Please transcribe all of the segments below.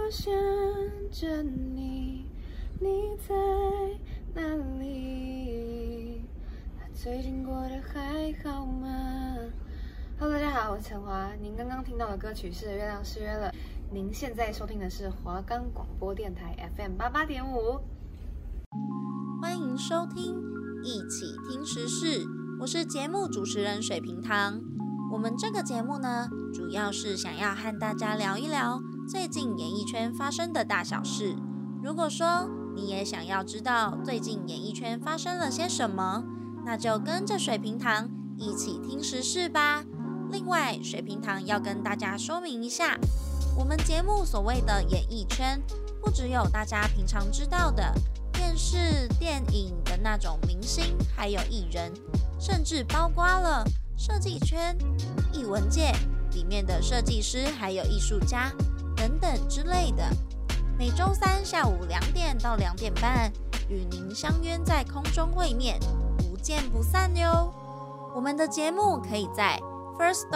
想着你，你在哪里？最近过得还好吗？ Hello， 大家好，我是陈华。您刚刚听到的歌曲是《月亮失约了》。您现在收听的是华冈广播电台 FM 88.5。 欢迎收听一起听时事，我是节目主持人水瓶糖。我们这个节目呢，主要是想要和大家聊一聊最近演艺圈发生的大小事。如果说你也想要知道最近演艺圈发生了些什么，那就跟着水瓶糖一起听时事吧。另外，水瓶糖要跟大家说明一下，我们节目所谓的演艺圈，不只有大家平常知道的电视、电影的那种明星，还有艺人，甚至包括了设计圈、艺文界里面的设计师，还有艺术家等等之类的。每周三下午2点到2点半，与您相约在空中会面，不见不散哟。我们的节目可以在 First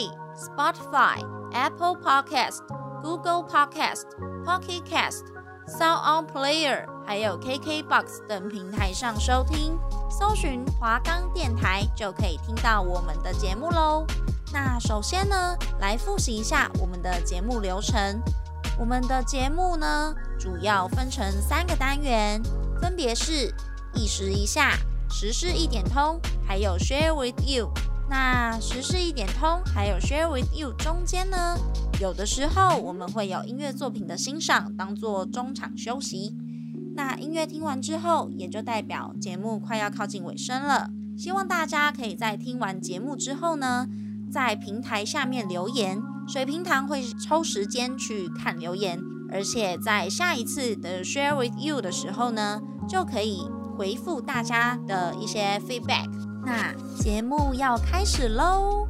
Story、Spotify、Apple Podcast、Google Podcast、Pocket Cast、Sound On Player 还有 KKBOX 等平台上收听，搜寻华冈电台就可以听到我们的节目咯。那首先呢，来复习一下我们的节目流程。我们的节目呢，主要分成3个单元，分别是一时一下、时事一点通，还有 Share with You。那时事一点通还有 Share with You 中间呢，有的时候我们会有音乐作品的欣赏，当做中场休息。那音乐听完之后，也就代表节目快要靠近尾声了。希望大家可以在听完节目之后呢，在平台下面留言，水瓶糖会抽时间去看留言，而且在下一次的 Share with You 的时候呢，就可以回复大家的一些 feedback。那节目要开始咯。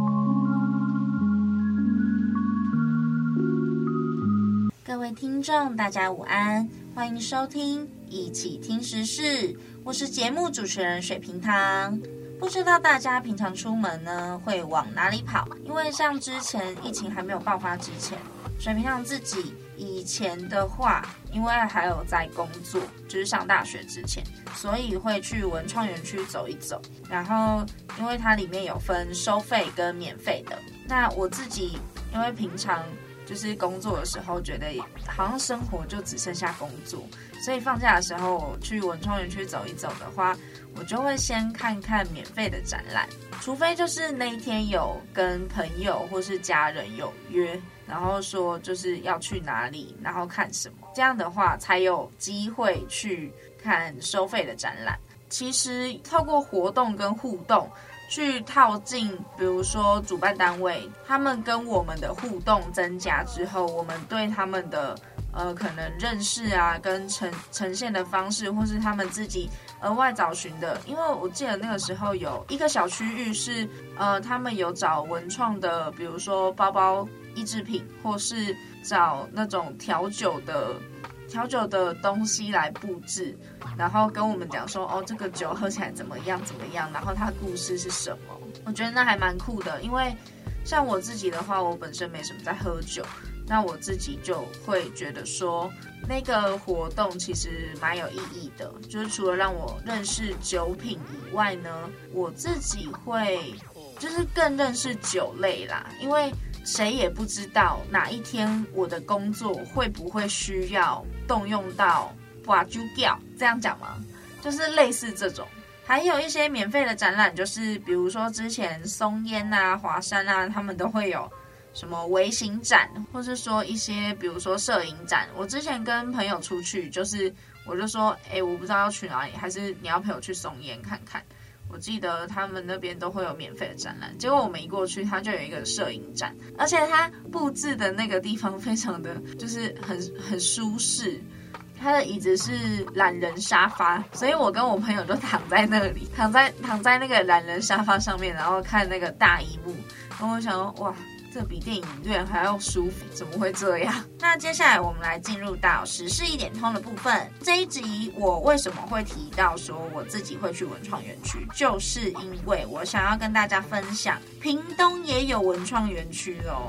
各位听众大家午安，欢迎收听一起听时事，我是节目主持人水瓶糖。不知道大家平常出门呢会往哪里跑？因为像之前疫情还没有爆发之前，水瓶糖自己以前的话，因为还有在工作，就是上大学之前，所以会去文创园区走一走。然后因为它里面有分收费跟免费的，那我自己因为平常就是工作的时候，觉得好像生活就只剩下工作，所以放假的时候去文创园区走一走的话，我就会先看看免费的展览，除非就是那一天有跟朋友或是家人有约，然后说就是要去哪里，然后看什么，这样的话才有机会去看收费的展览。其实透过活动跟互动去套进，比如说主办单位他们跟我们的互动增加之后，我们对他们的可能认识啊，跟呈现的方式，或是他们自己额外找寻的。因为我记得那个时候有一个小区域是他们有找文创的，比如说包包益智品，或是找那种调酒的东西来布置，然后跟我们讲说这个酒喝起来怎么样，然后它的故事是什么。我觉得那还蛮酷的，因为像我自己的话，我本身没什么在喝酒，那我自己就会觉得说那个活动其实蛮有意义的，就是除了让我认识酒品以外呢，我自己会就是更认识酒类啦，因为谁也不知道哪一天我的工作会不会需要动用到拔酒吊，这样讲吗？就是类似这种。还有一些免费的展览，就是比如说之前松烟啊、华山啊，他们都会有什么微型展，或是说一些比如说摄影展。我之前跟朋友出去，就是我就说我不知道要去哪里，还是你要陪我去松烟看看。我记得他们那边都会有免费的展览，结果我们一过去，它就有一个摄影展，而且它布置的那个地方非常的就是很舒适，它的椅子是懒人沙发，所以我跟我朋友就躺在那里，躺在那个懒人沙发上面，然后看那个大萤幕，然后我想说哇，这比电影院还要舒服，怎么会这样？那接下来我们来进入到时事一点通的部分。这一集我为什么会提到说我自己会去文创园区，就是因为我想要跟大家分享屏东也有文创园区哦。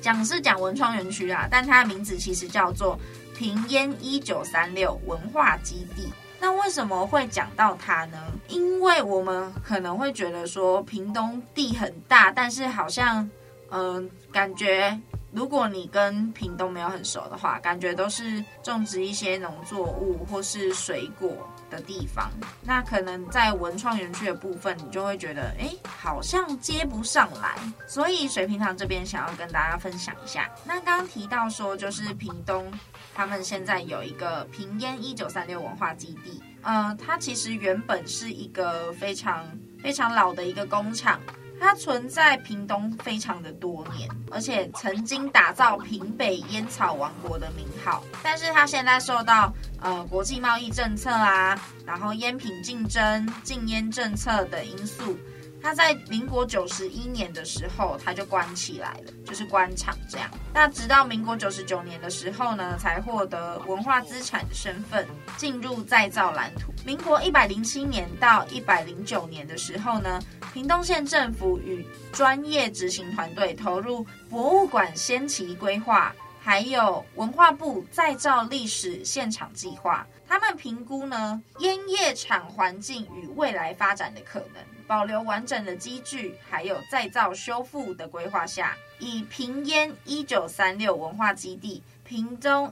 讲文创园区啦，但它的名字其实叫做屏烟1936文化基地。那为什么会讲到它呢？因为我们可能会觉得说屏东地很大，但是好像感觉如果你跟屏东没有很熟的话，感觉都是种植一些农作物或是水果的地方。那可能在文创园区的部分，你就会觉得好像接不上来。所以水平堂这边想要跟大家分享一下。那刚刚提到说，就是屏东他们现在有一个屏烟1936文化基地，它其实原本是一个非常非常老的一个工厂。它存在屏东非常的多年，而且曾经打造屏北烟草王国的名号，但是它现在受到国际贸易政策啊，然后烟品竞争、禁烟政策的因素，它在民国91年的时候它就关起来了，就是关厂这样。那直到民国99年的时候呢，才获得文化资产的身份，进入再造蓝图。民国107年到109年的时候呢，屏东县政府与专业执行团队投入博物馆先期规划，还有文化部再造历史现场计划。他们评估呢烟叶厂环境与未来发展的可能，保留完整的机具，还有再造修复的规划下，以屏烟1936文化基地、屏东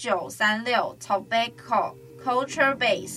1936 Tobacco Culture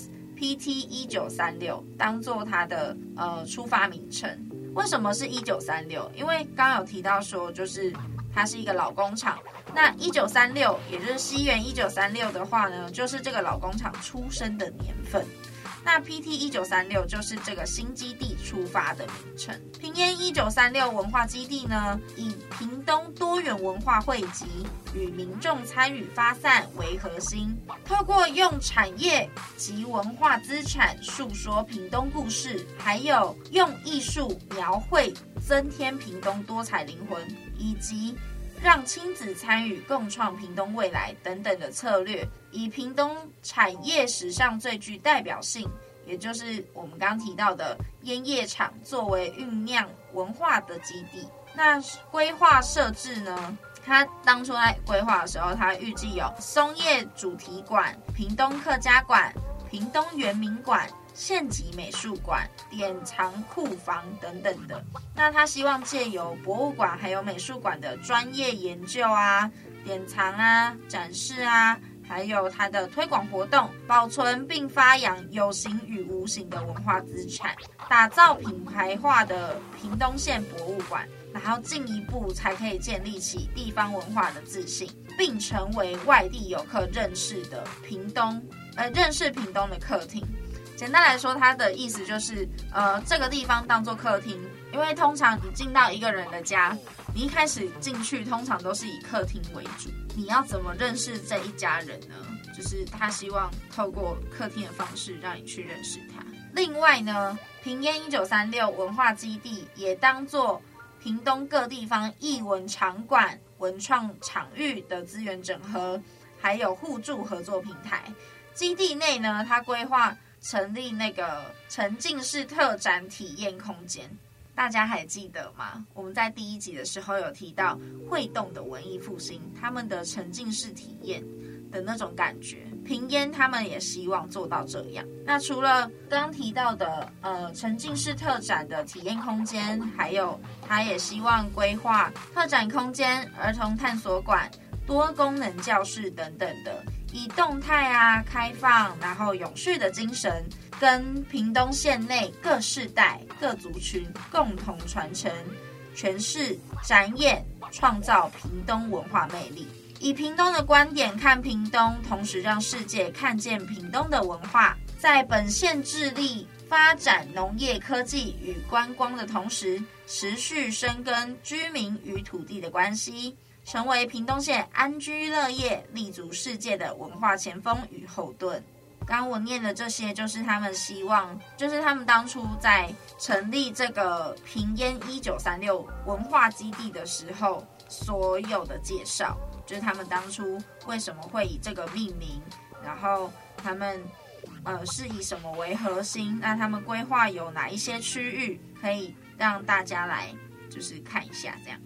Base。PT 1936当做它的出发名称。为什么是1936？因为刚刚有提到说，就是它是一个老工厂。那1936，也就是西元1936的话呢，就是这个老工厂出生的年份。那 PT 1936就是这个新基地出发的名称。屏烟1936文化基地呢，以屏东多元文化汇集与民众参与发散为核心，透过用产业及文化资产述说屏东故事，还有用艺术描绘增添屏东多彩灵魂，以及让亲子参与共创屏东未来等等的策略，以屏东产业史上最具代表性，也就是我们刚刚提到的烟叶厂作为酝酿文化的基地。那规划设置呢，他当初在规划的时候，他预计有松叶主题馆、屏东客家馆、屏东原民馆、县级美术馆、典藏库房等等的。那他希望借由博物馆还有美术馆的专业研究啊、典藏啊、展示啊，还有它的推广活动，保存并发扬有形与无形的文化资产，打造品牌化的屏东县博物馆，然后进一步才可以建立起地方文化的自信，并成为外地游客认识屏东的客厅。简单来说，它的意思就是这个地方当做客厅，因为通常你进到一个人的家，你一开始进去通常都是以客厅为主，你要怎么认识这一家人呢？就是他希望透过客厅的方式让你去认识他。另外呢，屏烟1936文化基地也当作屏东各地方艺文场馆、文创场域的资源整合，还有互助合作平台。基地内呢，它规划成立那个沉浸式特展体验空间，大家还记得吗？我们在第1集的时候有提到会动的文艺复兴，他们的沉浸式体验的那种感觉，屏烟他们也希望做到这样。那除了刚提到的沉浸式特展的体验空间，还有他也希望规划特展空间、儿童探索馆、多功能教室等等的，以动态啊、开放，然后永续的精神，跟屏东县内各世代、各族群共同传承、诠释、展演、创造屏东文化魅力。以屏东的观点看屏东，同时让世界看见屏东的文化。在本县致力发展农业科技与观光的同时，持续深耕居民与土地的关系，成为屏东县安居乐业、立足世界的文化前锋与后盾。刚刚我念的这些，就是他们希望，就是他们当初在成立这个屏烟1936文化基地的时候所有的介绍，就是他们当初为什么会以这个命名，然后他们是以什么为核心，那他们规划有哪一些区域可以让大家来就是看一下这样。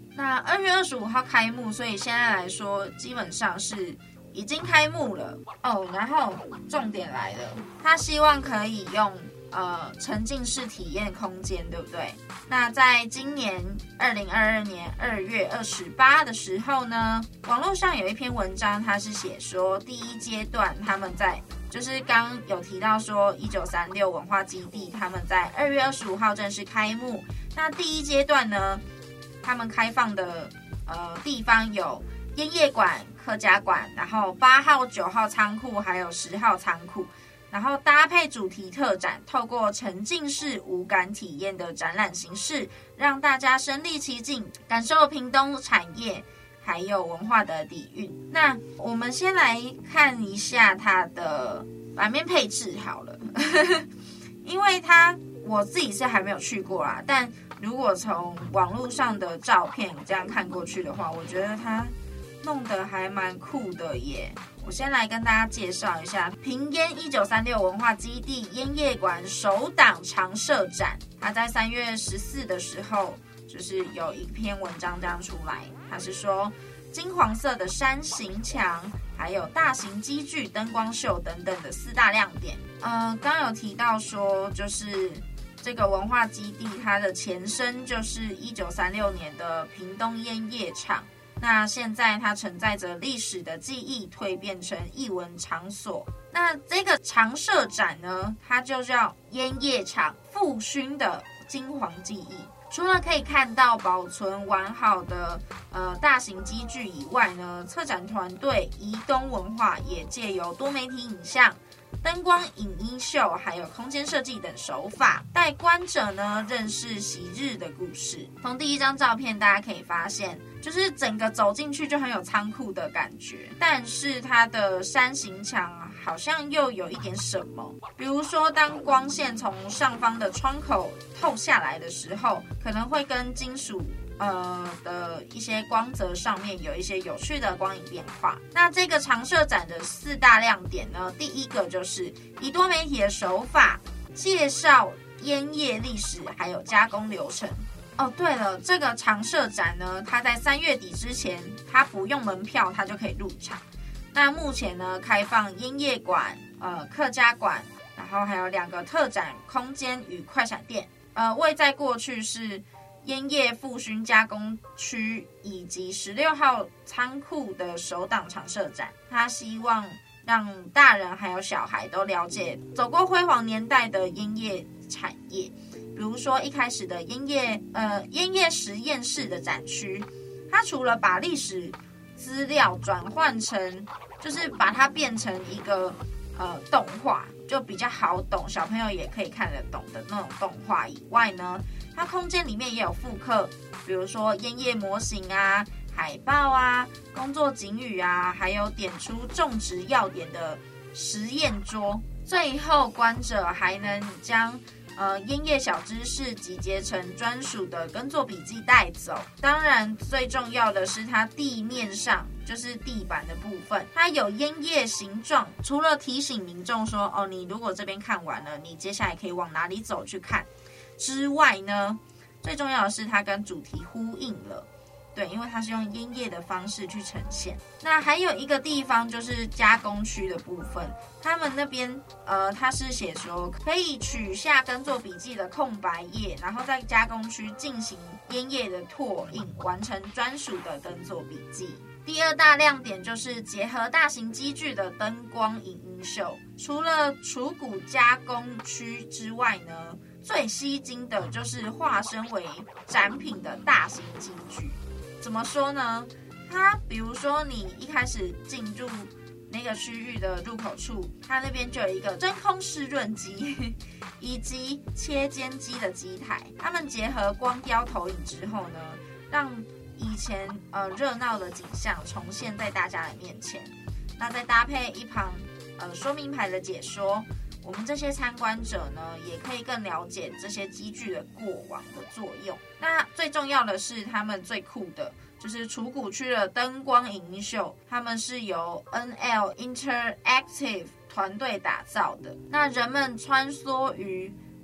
那2月25号开幕，所以现在来说基本上是已经开幕了哦。然后重点来了，他希望可以用沉浸式体验空间，对不对？那在今年2022年2月28的时候呢，网络上有一篇文章，它是写说第一阶段他们在就是刚有提到说1936文化基地他们在2月25号正式开幕。那第一阶段呢，他们开放的地方有烟叶馆、客家馆，然后8号、9号仓库，还有10号仓库。然后搭配主题特展，透过沉浸式无感体验的展览形式，让大家身临其境，感受屏东产业还有文化的底蕴。那我们先来看一下它的版面配置好了，因为我自己是还没有去过啦，但如果从网络上的照片这样看过去的话，我觉得它弄得还蛮酷的耶。我先来跟大家介绍一下屏烟1936文化基地烟叶馆首档常设展。它在3月14的时候，就是有一篇文章这样出来，它是说金黄色的山形墙，还有大型机具、灯光秀等等的4大亮点。刚有提到说，就是这个文化基地它的前身就是1936年的屏东烟叶厂。那现在它承载着历史的记忆，蜕变成艺文场所。那这个常设展呢，它就叫烟叶厂复勋的金黄记忆。除了可以看到保存完好的大型机具以外呢，策展团队宜东文化也借由多媒体影像、灯光、影音秀，还有空间设计等手法，带观者呢认识昔日的故事。从第一张照片大家可以发现，就是整个走进去就很有仓库的感觉，但是它的山形墙好像又有一点什么，比如说当光线从上方的窗口透下来的时候，可能会跟金属的一些光泽上面有一些有趣的光影变化。那这个常设展的4大亮点呢，第一个就是以多媒体的手法介绍烟叶历史还有加工流程。哦，对了，这个常设展呢，它在3月底之前，它不用门票，它就可以入场。那目前呢，开放烟叶馆、客家馆，然后还有2个特展空间与快闪店。位在过去是烟叶复勋加工区以及16号仓库的首档常设展。他希望让大人还有小孩都了解走过辉煌年代的烟叶产业。比如说一开始的烟叶实验室的展区，它除了把历史资料转换成，就是把它变成一个动画，就比较好懂，小朋友也可以看得懂的那种动画以外呢，它空间里面也有复刻，比如说烟叶模型啊、海报啊、工作警语啊，还有点出种植要点的实验桌。最后观者还能将烟叶小知识集结成专属的耕作笔记带走。当然最重要的是它地面上就是地板的部分，它有烟叶形状，除了提醒民众说你如果这边看完了，你接下来可以往哪里走去看之外呢，最重要的是它跟主题呼应了。对，因为它是用烟叶的方式去呈现。那还有一个地方就是加工区的部分，他们那边它是写说可以取下耕作笔记的空白页，然后在加工区进行烟叶的拓印，完成专属的耕作笔记。第2大亮点就是结合大型机具的灯光影音秀。除了储骨加工区之外呢，最吸睛的就是化身为展品的大型机具。怎么说呢？它比如说你一开始进入那个区域的入口处，它那边就有一个真空湿润机以及切煎机的机台，它们结合光雕投影之后呢，让以前热闹的景象重现在大家的面前。那再搭配一旁说明牌的解说，我们这些参观者呢，也可以更了解这些机具的过往的作用。那最重要的是，他们最酷的就是储骨区的灯光影音秀，他们是由 NL Interactive 团队打造的。那人们穿梭于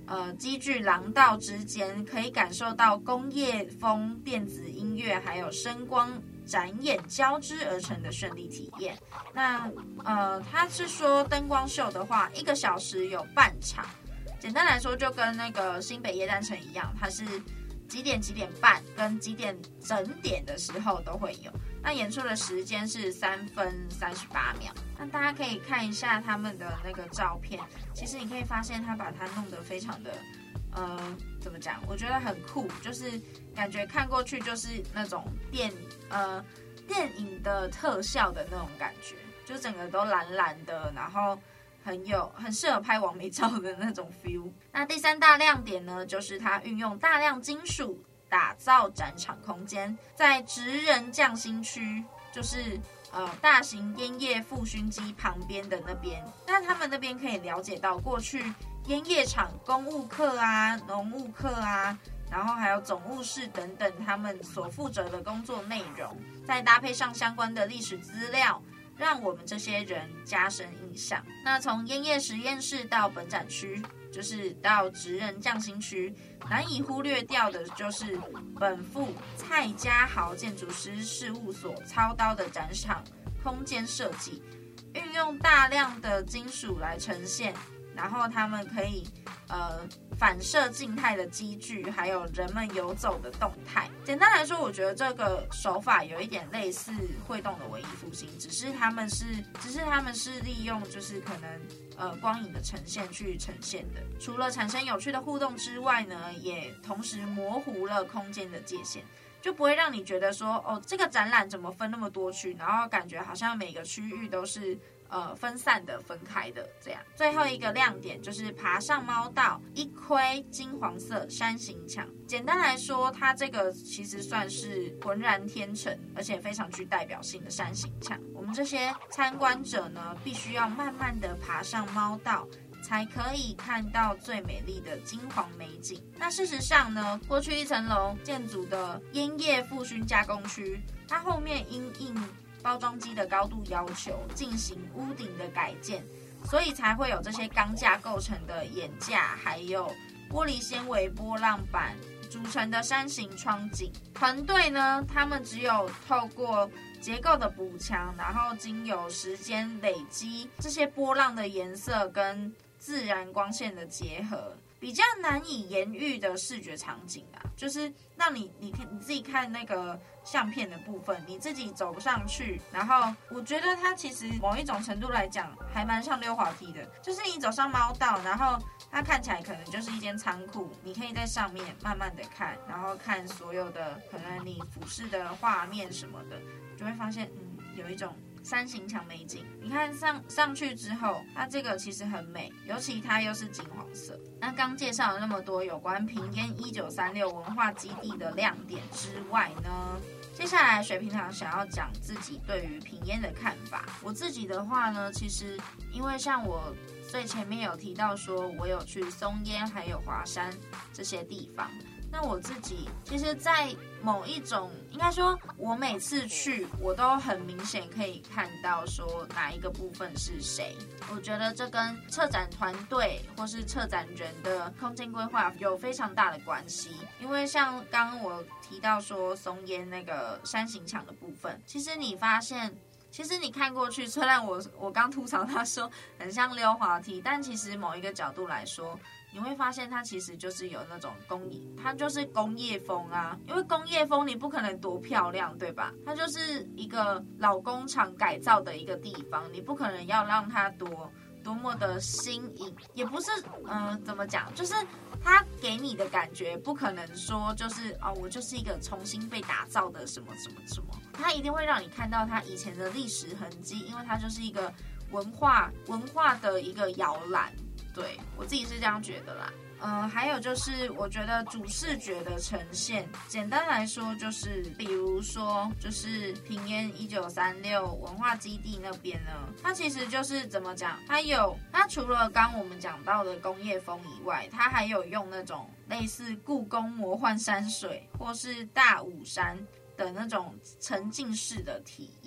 机具廊道之间，可以感受到工业风电子音乐还有声光展演交织而成的绚丽体验。那他是说灯光秀的话，1个小时有半场，简单来说就跟那个新北耶诞城一样，它是几点半跟几点整点的时候都会有。那演出的时间是3分38秒。那大家可以看一下他们的那个照片，其实你可以发现他把它弄得非常的怎么讲？我觉得很酷，就是感觉看过去就是那种电影的特效的那种感觉，就整个都蓝蓝的，然后很适合拍网美照的那种 feel。那第3大亮点呢，就是它运用大量金属打造展场空间，在职人匠心区，就是大型烟叶复熏机旁边的那边，那他们那边可以了解到过去烟叶厂公务课啊、农务课啊，然后还有总务室等等他们所负责的工作内容，再搭配上相关的历史资料，让我们这些人加深印象。那从烟叶实验室到本展区，就是到职人匠心区，难以忽略掉的就是本副蔡家豪建筑师事务所操刀的展场空间设计，运用大量的金属来呈现，然后他们可以反射静态的机具，还有人们游走的动态。简单来说，我觉得这个手法有一点类似会动的文艺复兴，只是他们是利用就是可能光影的呈现去呈现的。除了产生有趣的互动之外呢，也同时模糊了空间的界限，就不会让你觉得说这个展览怎么分那么多区，然后感觉好像每个区域都是分散的、分开的这样。最后一个亮点就是爬上猫道，一窥金黄色山形墙。简单来说，它这个其实算是浑然天成，而且非常具代表性的山形墙。我们这些参观者呢，必须要慢慢的爬上猫道，才可以看到最美丽的金黄美景。那事实上呢，过去1层楼建筑的烟叶复熏加工区，它后面因应包装机的高度要求进行屋顶的改建，所以才会有这些钢架构成的檐架，还有玻璃纤维波浪板组成的山形窗景。团队呢，他们只有透过结构的补强，然后经由时间累积这些波浪的颜色跟自然光线的结合，比较难以言喻的视觉场景啊，就是让你自己看那个相片的部分，你自己走上去，然后我觉得它其实某一种程度来讲还蛮像溜滑梯的，就是你走上猫道，然后它看起来可能就是一间仓库，你可以在上面慢慢的看，然后看所有的可能你俯视的画面什么的，就会发现有一种山形墙美景。你看上去之后，它这个其实很美，尤其它又是金黄色。那刚介绍了那么多有关屏烟1936文化基地的亮点之外呢，接下来水平堂想要讲自己对于屏烟的看法。我自己的话呢，其实因为像我最前面有提到说，我有去松烟还有华山这些地方。那我自己其实在某一种，应该说我每次去我都很明显可以看到说哪一个部分是谁。我觉得这跟策展团队或是策展人的空间规划有非常大的关系。因为像刚刚我提到说松烟那个山形墙的部分，其实你发现其实你看过去，虽然我刚吐槽他说很像溜滑梯，但其实某一个角度来说，你会发现它其实就是有那种它就是工业风啊。因为工业风你不可能多漂亮，对吧？它就是一个老工厂改造的一个地方，你不可能要让它多么的新颖，也不是怎么讲，就是它给你的感觉不可能说就是我就是一个重新被打造的什么什么什么，它一定会让你看到它以前的历史痕迹，因为它就是一个文化的一个摇篮。对，我自己是这样觉得啦。还有就是我觉得主视觉的呈现，简单来说就是比如说就是屏烟1936文化基地那边呢，它其实就是怎么讲，它除了刚我们讲到的工业风以外，它还有用那种类似故宫魔幻山水或是大武山的那种沉浸式的体验。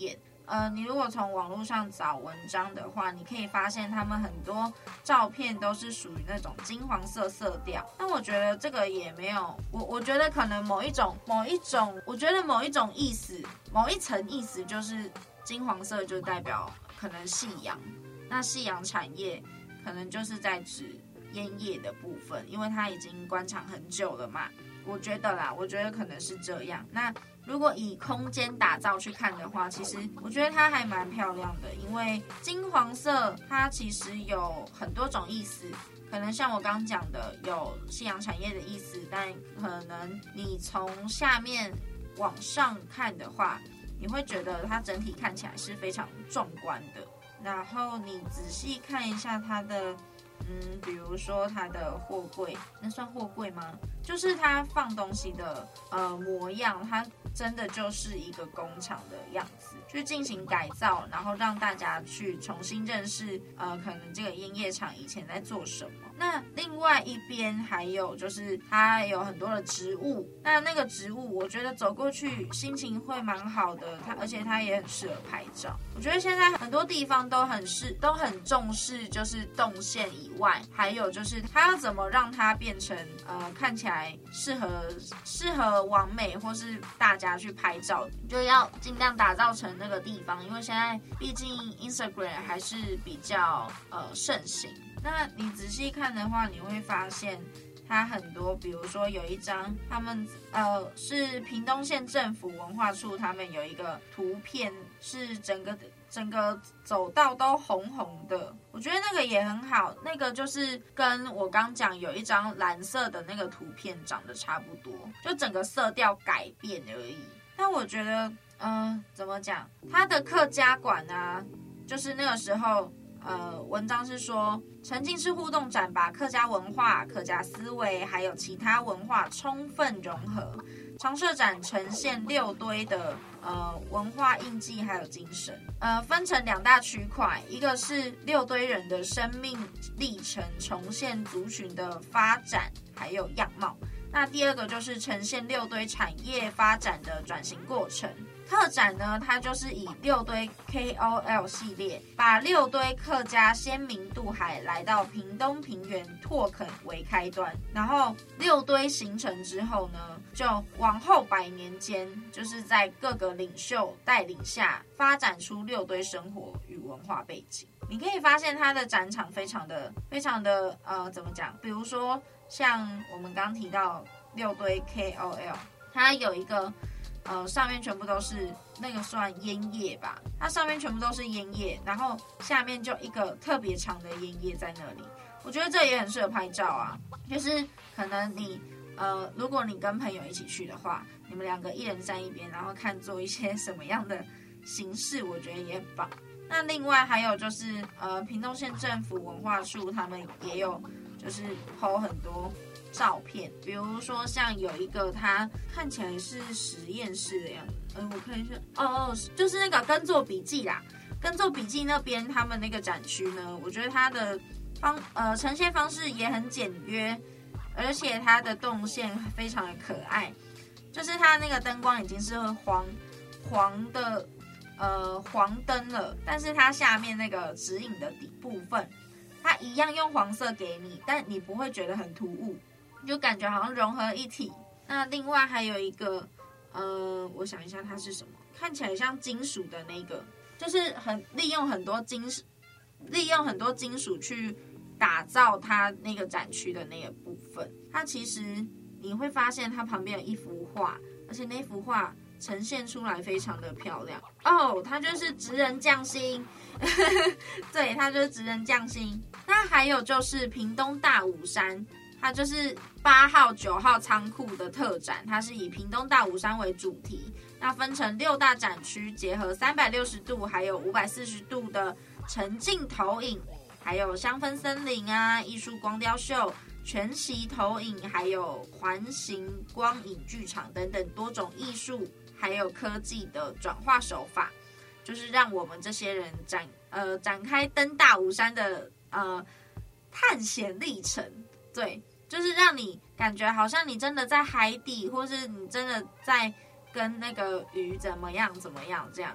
你如果从网络上找文章的话，你可以发现他们很多照片都是属于那种金黄色色调。那我觉得这个也没有，我觉得可能某一种，我觉得某一种意思，某一层意思就是金黄色就代表可能夕阳，那夕阳产业可能就是在指烟叶的部分，因为它已经关厂很久了嘛。我觉得可能是这样。那如果以空间打造去看的话，其实我觉得它还蛮漂亮的，因为金黄色它其实有很多种意思，可能像我刚刚讲的有夕阳产业的意思，但可能你从下面往上看的话，你会觉得它整体看起来是非常壮观的。然后你仔细看一下它的比如说它的货柜，那算货柜吗？就是它放东西的模样，它真的就是一个工厂的样子，去进行改造，然后让大家去重新认识可能这个烟叶厂以前在做什么。那另外一边还有就是它有很多的植物，那个植物我觉得走过去心情会蛮好的，而且它也很适合拍照。我觉得现在很多地方都很重视就是动线以外，还有就是它要怎么让它变成看起来适合网美或是大家去拍照，就要尽量打造成那个地方，因为现在毕竟 Instagram 还是比较盛行。那你仔细看的话，你会发现它很多，比如说有一张他们是屏东县政府文化处，他们有一个图片是整个走道都红红的，我觉得那个也很好，那个就是跟我刚讲有一张蓝色的那个图片长得差不多，就整个色调改变而已。但我觉得怎么讲，它的客家馆啊，就是那个时候文章是说沉浸式互动展把客家文化、客家思维还有其他文化充分融合，常设展呈现6堆的文化印记还有精神，分成2大区块，一个是6堆人的生命历程，重现族群的发展还有样貌，那第二个就是呈现6堆产业发展的转型过程。特展呢，它就是以6堆 KOL 系列，把6堆客家鲜明度海来到屏东平原拓垦为开端，然后6堆形成之后呢，就往后100年间，就是在各个领袖带领下，发展出6堆生活与文化背景。你可以发现它的展场非常的怎么讲？比如说像我们刚提到6堆 KOL， 它有一个上面全部都是那个算烟叶吧，它上面全部都是烟叶，然后下面就一个特别长的烟叶在那里。我觉得这也很适合拍照啊，就是可能你如果你跟朋友一起去的话，你们2个一人站一边，然后看做一些什么样的形式，我觉得也很棒。那另外还有就是屏东县政府文化处他们也有就是 po 很多照片，比如说像有一个它看起来是实验室的样子，我看一下，就是那个耕作笔记啦，耕作笔记那边他们那个展区呢，我觉得它的呈现方式也很简约，而且它的动线非常的可爱，就是它那个灯光已经是黄的黄灯了，但是它下面那个指引的底部分，它一样用黄色给你，但你不会觉得很突兀，就感觉好像融合一体。那另外还有一个我想一下它是什么，看起来像金属的那个，就是利用很多金属去打造它那个展区的那个部分。它其实你会发现它旁边有一幅画，而且那幅画呈现出来非常的漂亮它就是职人匠心对，它就是职人匠心。那还有就是屏东大武山，它就是8号、9号仓库的特展，它是以屏东大武山为主题，那分成6大展区，结合360度还有540度的沉浸投影，还有香氛森林啊、艺术光雕秀、全息投影，还有环形光影剧场等等多种艺术还有科技的转化手法，就是让我们这些人展开登大武山的探险历程。对，就是让你感觉好像你真的在海底，或是你真的在跟那个鱼怎么样这样，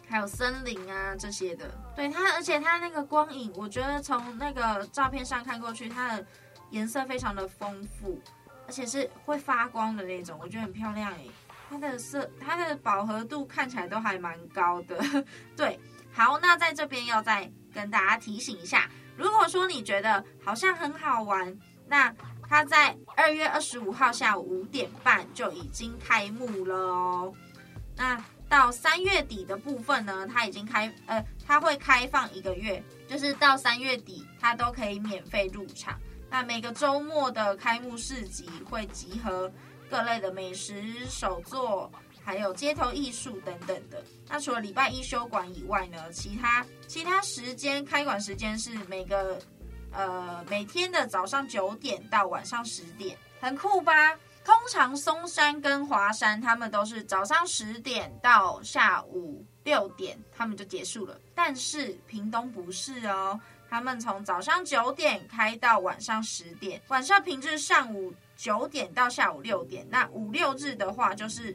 还有森林啊这些的。对它，而且它那个光影，我觉得从那个照片上看过去，它的颜色非常的丰富，而且是会发光的那种，我觉得很漂亮耶。它的饱和度看起来都还蛮高的。对，好，那在这边要再跟大家提醒一下，如果说你觉得好像很好玩，那它在2月25号下午5点半就已经开幕了哦。那到3月底的部分呢，它会开放1个月，就是到3月底它都可以免费入场。那每个周末的开幕市集会集合各类的美食、手作，还有街头艺术等等的。那除了礼拜一休馆以外呢，其他时间开馆时间是每天的早上9点到晚上10点，很酷吧？通常松山跟华山他们都是早上10点到下午6点他们就结束了，但是屏东不是哦，他们从早上9点开到晚上10点，晚上平日上午9点到下午6点。那五六日的话就是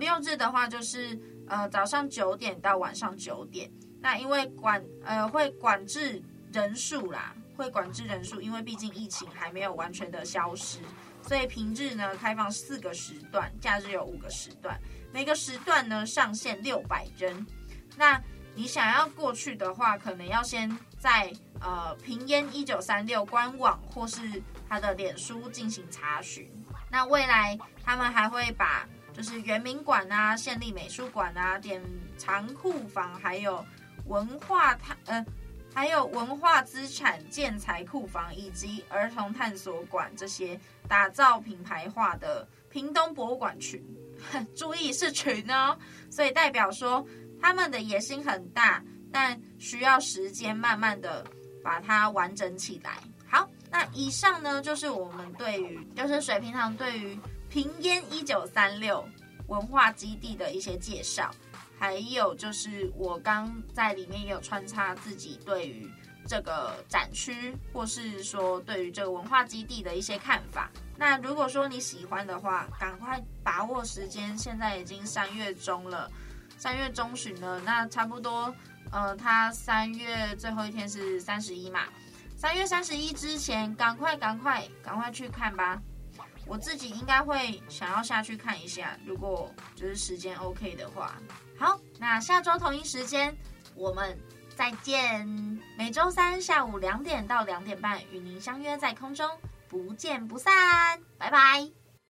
早上9点到晚上9点。那因为会管制人数啦，因为毕竟疫情还没有完全的消失，所以平日呢开放4个时段，假日有5个时段，每个时段呢上限600人。那你想要过去的话，可能要先在平烟1936官网或是他的脸书进行查询。那未来他们还会把就是原民馆啊、县立美术馆啊、典藏库房，还有文化资产建材库房以及儿童探索馆这些打造品牌化的屏东博物馆群，注意是群哦，所以代表说他们的野心很大，但需要时间慢慢的把它完整起来。好，那以上呢就是我们就是水平堂对于屏烟1936文化基地的一些介绍，还有就是我刚在里面也有穿插自己对于这个展区或是说对于这个文化基地的一些看法。那如果说你喜欢的话，赶快把握时间，现在已经3月中了，3月中旬了，那差不多它3月最后一天是31嘛，3月31之前赶快去看吧。我自己应该会想要下去看一下，如果就是时间 OK 的话。好，那下周同一时间我们再见，每周3下午2点到2点半与您相约在空中，不见不散，拜拜。